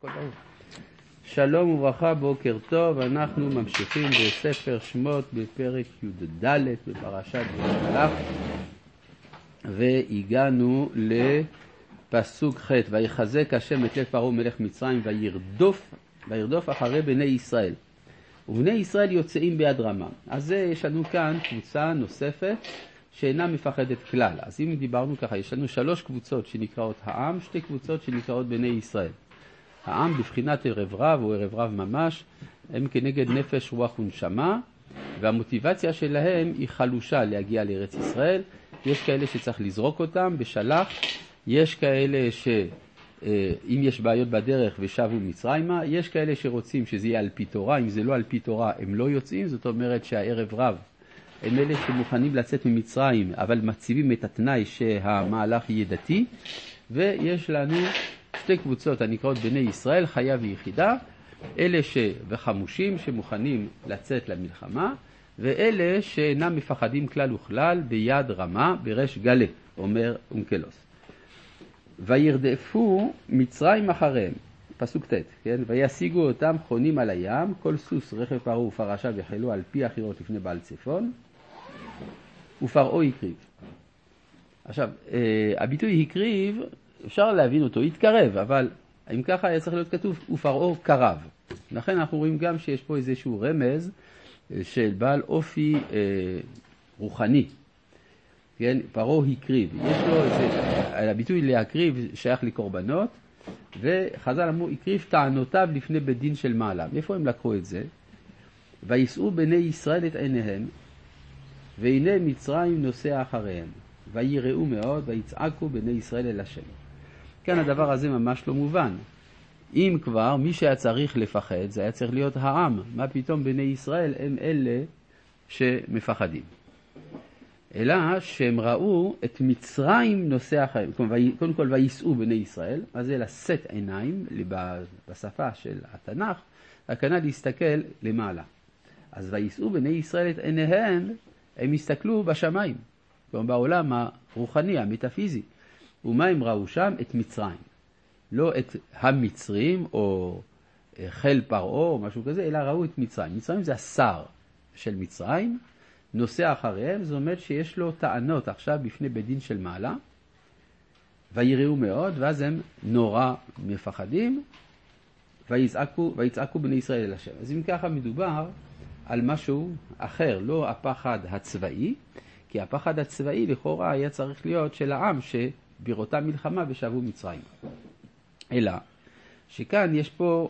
הכל ברור. שלום וברכה, בוקר טוב, אנחנו ממשיכים בספר שמות בפרק י"ד בפרשת בשלח, והגענו לפסוק ח' ויחזק השם את לב פרעה מלך מצרים וירדוף אחרי בני ישראל, ובני ישראל יוצאים ביד רמה. אז יש לנו כאן קבוצה נוספת שאינה מפחדת כלל. אז אם דיברנו ככה, יש לנו 3 קבוצות שנקראות העם, 2 קבוצות שנקראות בני ישראל. העם בבחינת ערב רב או ערב רב ממש, הם כנגד נפש רוח ונשמה, והמוטיבציה שלהם היא חלושה להגיע לארץ ישראל. יש כאלה שצריך לזרוק אותם בשלח, יש כאלה שאם יש בעיות בדרך ושבו מצרימה, יש כאלה שרוצים שזה יהיה על פי תורה, אם זה לא על פי תורה הם לא יוצאים, זאת אומרת שהערב רב הם אלה שמוכנים לצאת ממצרים, אבל מציבים את התנאי שהמהלך יהיה דתי. ויש לנו 2 קבוצות הנקראות בני ישראל, חיה ויחידה, אלה וחמושים שמוכנים לצאת למלחמה, ואלה שאינם מפחדים כלל וכלל ביד רמה, ברש גלה, אומר אונקלוס. וירדפו מצרים אחריהם, פסוק ט', כן? וישיגו אותם חונים על הים, כל סוס רכב פרעה ופרשה וחילו על פי החירות לפני בעל צפון, ופרעה הקריב. עכשיו, הביטוי הקריב, אפשר להבין אותו, התקרב, אבל אם ככה היה צריך להיות כתוב, ופרעה קרב. לכן אנחנו רואים גם שיש פה איזשהו רמז של בעל אופי רוחני. כן? פרעה הקריב. יש לו הביטוי להקריב שייך לקורבנות, וחז"ל אמרו, הקריב טענותיו לפני בית דין של מעלה. איפה הם לקחו את זה? ויסעו בני ישראל את עיניהם, והנה מצרים נוסע אחריהם. ויראו מאוד, ויצעקו בני ישראל אל השם. כאן הדבר הזה ממש לא מובן. אם כבר מי שהיה צריך לפחד, זה היה צריך להיות העם. מה פתאום בני ישראל הם אלה שמפחדים? אלא שהם ראו את מצרים נוסע אחריהם. קודם כל, ויסעו בני ישראל, מה זה לשאת עיניים, בשפה של התנ"ך, הכוונה להסתכל למעלה. אז ויסעו בני ישראל את עיניהם, הם הסתכלו בשמיים, כלומר בעולם הרוחני, המטאפיזי. ומה הם ראו שם? את מצרים. לא את המצרים או חיל פרעה או משהו כזה, אלא ראו את מצרים. מצרים זה השר של מצרים, נוסע אחריהם, זאת אומרת שיש לו טענות עכשיו בפני בית דין של מעלה, ויראו מאוד, ואז הם נורא מפחדים, ויצעקו בני ישראל אל השם. אז אם ככה מדובר על משהו אחר, לא הפחד הצבאי, כי הפחד הצבאי לכאורה היה צריך להיות של העם שבראותה מלחמה ושבו מצרים. אלא שכאן יש פה,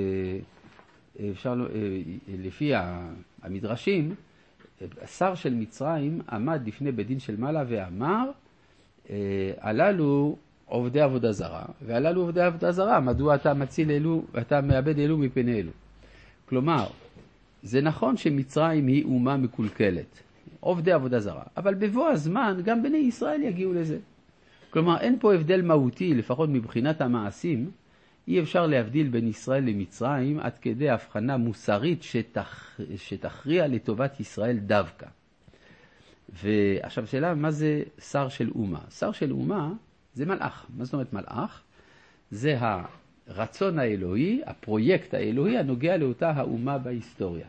אפשר, לפי המדרשים, השר של מצרים עמד לפני בית דין של מעלה ואמר, הללו עובדי עבודה זרה, והללו עובדי עבודה זרה, מדוע אתה מציל אלו ואתה מאבד אלו מפני אלו? כלומר, זה נכון שמצרים היא אומה מקולקלת, עובדי עבודה זרה, אבל בבוא הזמן גם בני ישראל יגיעו לזה. כלומר, אין פה הבדל מהותי, לפחות מבחינת המעשים, אי אפשר להבדיל בין ישראל למצרים עד כדי הבחנה מוסרית שתכריע לטובת ישראל דווקא. ועכשיו שאלה, מה זה שר של אומה? שר של אומה זה מלאך. מה זאת אומרת מלאך? זה הרצון האלוהי, הפרויקט האלוהי הנוגע לאותה האומה בהיסטוריה.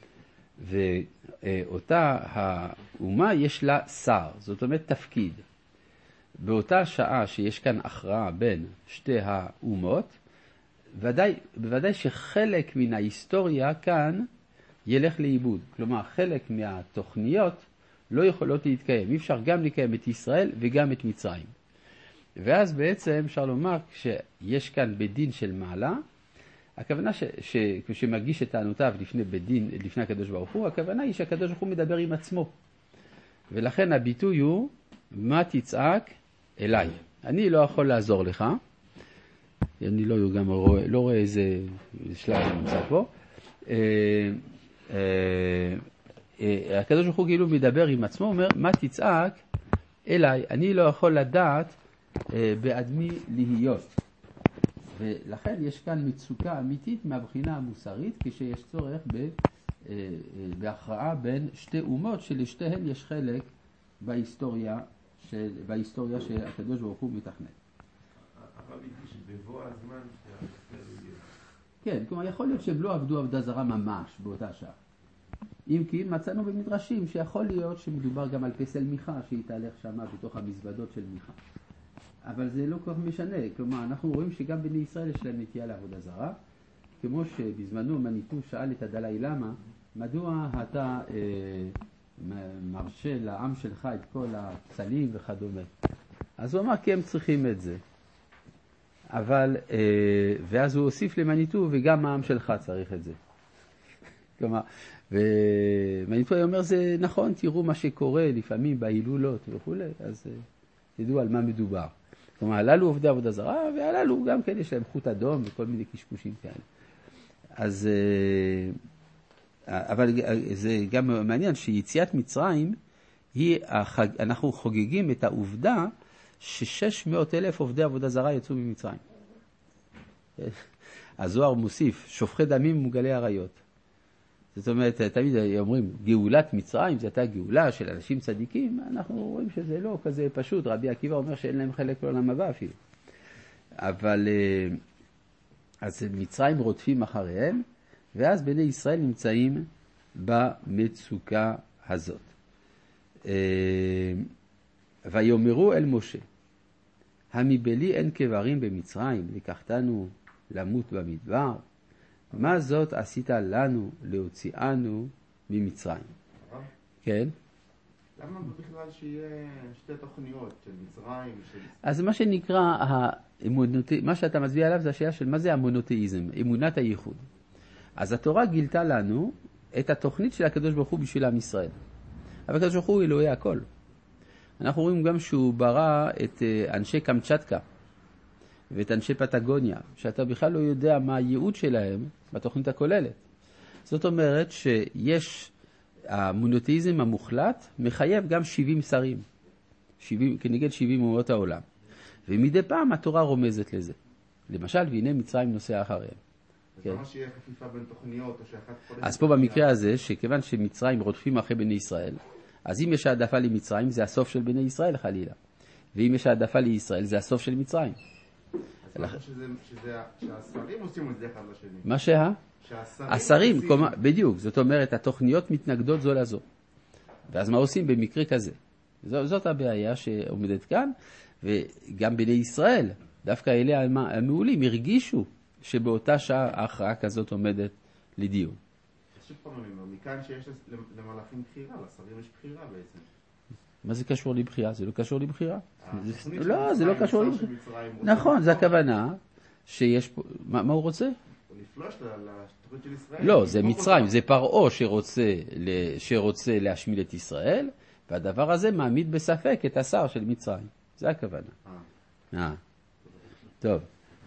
ואותה האומה יש לה שר, זאת אומרת תפקיד. באותה שעה שיש כאן הכרעה בין 2 האומות, בוודאי שחלק מן ההיסטוריה כאן ילך לאיבוד. כלומר, חלק מהתוכניות לא יכולות להתקיים. אי אפשר גם לקיים את ישראל וגם את מצרים. ואז בעצם אפשר לומר, כשיש כאן בית דין של מעלה, הכוונה כשמגיש את טענותיו לפני בית דין, לפני הקדוש ברוך הוא, הכוונה היא שהקדוש ברוך הוא מדבר עם עצמו. ולכן הביטוי הוא, מה תצעק אליי? אני לא יכול לעזור לך, אני לא רואה איזה שלב נמצא פה. הקדוש ברוך הוא כאילו מדבר עם עצמו, אומר, מה תצעק אליי? אני לא יכול לדעת בעד מי להיות. ולכן יש כאן מצוקה אמיתית מהבחינה המוסרית, כשיש צורך בהכרעה בין 2 אומות שלשתיהן יש חלק בהיסטוריה שהקדוש ברוך הוא מתכנן. אבל בבוא הזמן שהחסר כן, כלומר יכול להיות שהם לא עבדו עבודה זרה ממש באותה שעה. אם כי מצאנו במדרשים שיכול להיות שמדובר גם על פסל מיכה שהתהלך שם בתוך המזוודות של מיכה. אבל זה לא כל כך משנה, כלומר אנחנו רואים שגם בני ישראל יש להם נטייה לעבודה זרה, כמו שבזמנו מניטו שאל את הדלאי למה, מדוע אתה מרשה לעם שלך את כל הפסלים וכדומה. אז הוא אמר כי הם צריכים את זה. אבל, ואז הוא הוסיף למניטו וגם העם שלך צריך את זה. כלומר, ומניטו אומר זה נכון, תראו מה שקורה לפעמים בהילולות וכו', אז תדעו על מה מדובר. כלומר, הללו עובדי עבודה זרה, והללו גם כן יש להם חוט אדום וכל מיני קשקושים כאלה. אז, אבל זה גם מעניין שיציאת מצרים, אנחנו חוגגים את העובדה ש600,000 עובדי עבודה זרה יצאו ממצרים. הזוהר מוסיף, שופכי דמים ומגלי עריות. זאת אומרת, תמיד אומרים, גאולת מצרים, זו הייתה גאולה של אנשים צדיקים, אנחנו רואים שזה לא כזה פשוט. רבי עקיבא אומר שאין להם חלק לעולם הבא אפילו. אבל, אז מצרים רודפים אחריהם, ואז בני ישראל נמצאים במצוקה הזאת. ויאמרו אל משה, המבלי אין קברים במצרים, לקחתנו למות במדבר, מה זאת עשית לנו להוציאנו ממצרים? כן? למה בכלל שיהיה שתי תוכניות של מצרים? אז מה שנקרא, מה שאתה מצביע עליו זה השאלה של מה זה המונותאיזם, אמונת הייחוד. אז התורה גילתה לנו את התוכנית של הקדוש ברוך הוא בשביל עם ישראל. אבל הקדוש ברוך הוא אלוהי הכל. אנחנו רואים גם שהוא ברא את אנשי קמצ'טקה ואת אנשי פטגוניה, שאתה בכלל לא יודע מה הייעוד שלהם בתוכנית הכוללת. זאת אומרת שיש המונותאיזם המוחלט מחייב גם 70 שרים, כנגד 70 אומות העולם. ומדי פעם התורה רומזת לזה. למשל, והנה מצרים נוסע אחריהם. אז למה שיהיה חפיפה בין תוכניות או שאחת קודם? אז פה במקרה הזה, שכיוון שמצרים רודפים אחרי בני ישראל, אז אם יש העדפה למצרים, זה הסוף של בני ישראל חלילה. ואם יש העדפה לישראל, זה הסוף של מצרים. אז מה שהשרים עושים את זה אחד לשני? מה השרים, בדיוק, זאת אומרת, התוכניות מתנגדות זו לזו. ואז מה עושים במקרה כזה? זאת הבעיה שעומדת כאן, וגם בני ישראל, דווקא אלה המעולים, הרגישו שבאותה שעה ההכרעה כזאת עומדת לדיון. שוב פעם אני אומר, מכאן שיש למלאכים בחירה, לשרים יש בחירה בעצם. מה זה קשור לבחירה? זה לא קשור לבחירה. לא, זה לא קשור לבחירה. נכון, זה הכוונה שיש פה, מה הוא רוצה? לפלוש לתוכנית של ישראל. לא, זה מצרים, זה פרעה שרוצה להשמיד את ישראל, והדבר הזה מעמיד בספק את השר של מצרים. זה הכוונה. טוב.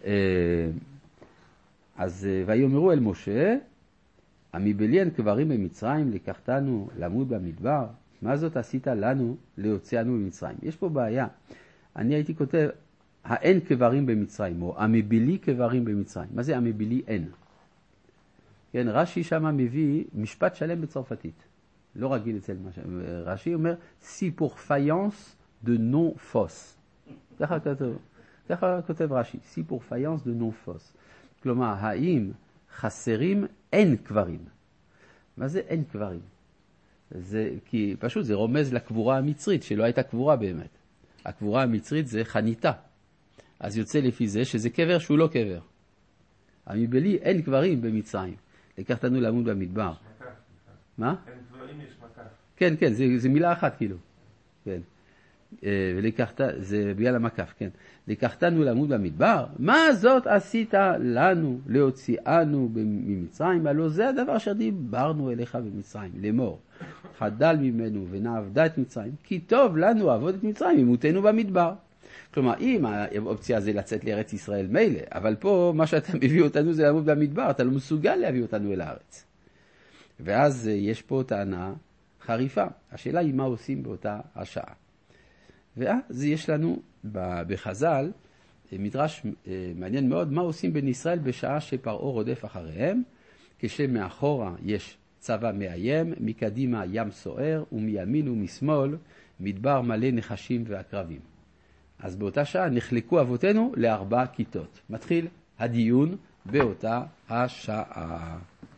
אז ויאמרו אל משה, המבלי אין קברים במצרים, לקחתנו למות במדבר, מה זאת עשית לנו להוציאנו ממצרים? יש פה בעיה. אני הייתי כותב, האין קברים במצרים, או המבלי קברים במצרים. מה זה המבלי אין? כן, רש"י שם מביא משפט שלם בצרפתית. לא רגיל אצל מה רש"י אומר, si pour faïence de non fausse. ככה כותב רש"י, si pour faïence de non fausse. כלומר, האם חסרים אין קברים? מה זה אין קברים? כי פשוט זה רומז לקבורה המצרית, שלא הייתה קבורה באמת. הקבורה המצרית זה חניתה. אז יוצא לפי זה שזה קבר שהוא לא קבר. המבלי אין קברים במצרים. לקחתנו למות במדבר. מה? אין קברים יש מקף. כן, זה מילה אחת כאילו. כן. זה בגלל המקף, כן. לקחתנו למות במדבר, מה זאת עשית לנו להוציאנו ממצרים? הלא זה הדבר שדיברנו אליך במצרים, לאמור. חדל ממנו ונעבדה את מצרים, כי טוב לנו לעבוד את מצרים, ימותנו במדבר. כלומר, אם האופציה זה לצאת לארץ ישראל מילא, אבל פה מה שאתה מביא אותנו זה למות במדבר, אתה לא מסוגל להביא אותנו אל הארץ. ואז יש פה טענה חריפה. השאלה היא מה עושים באותה השעה. ואז יש לנו בחז"ל מדרש מעניין מאוד, מה עושים בני ישראל בשעה שפרעה רודף אחריהם, כשמאחורה יש צבא מאיים, מקדימה ים סוער, ומימין ומשמאל מדבר מלא נחשים ועקרבים. אז באותה שעה נחלקו אבותינו ל4 כיתות. מתחיל הדיון באותה השעה.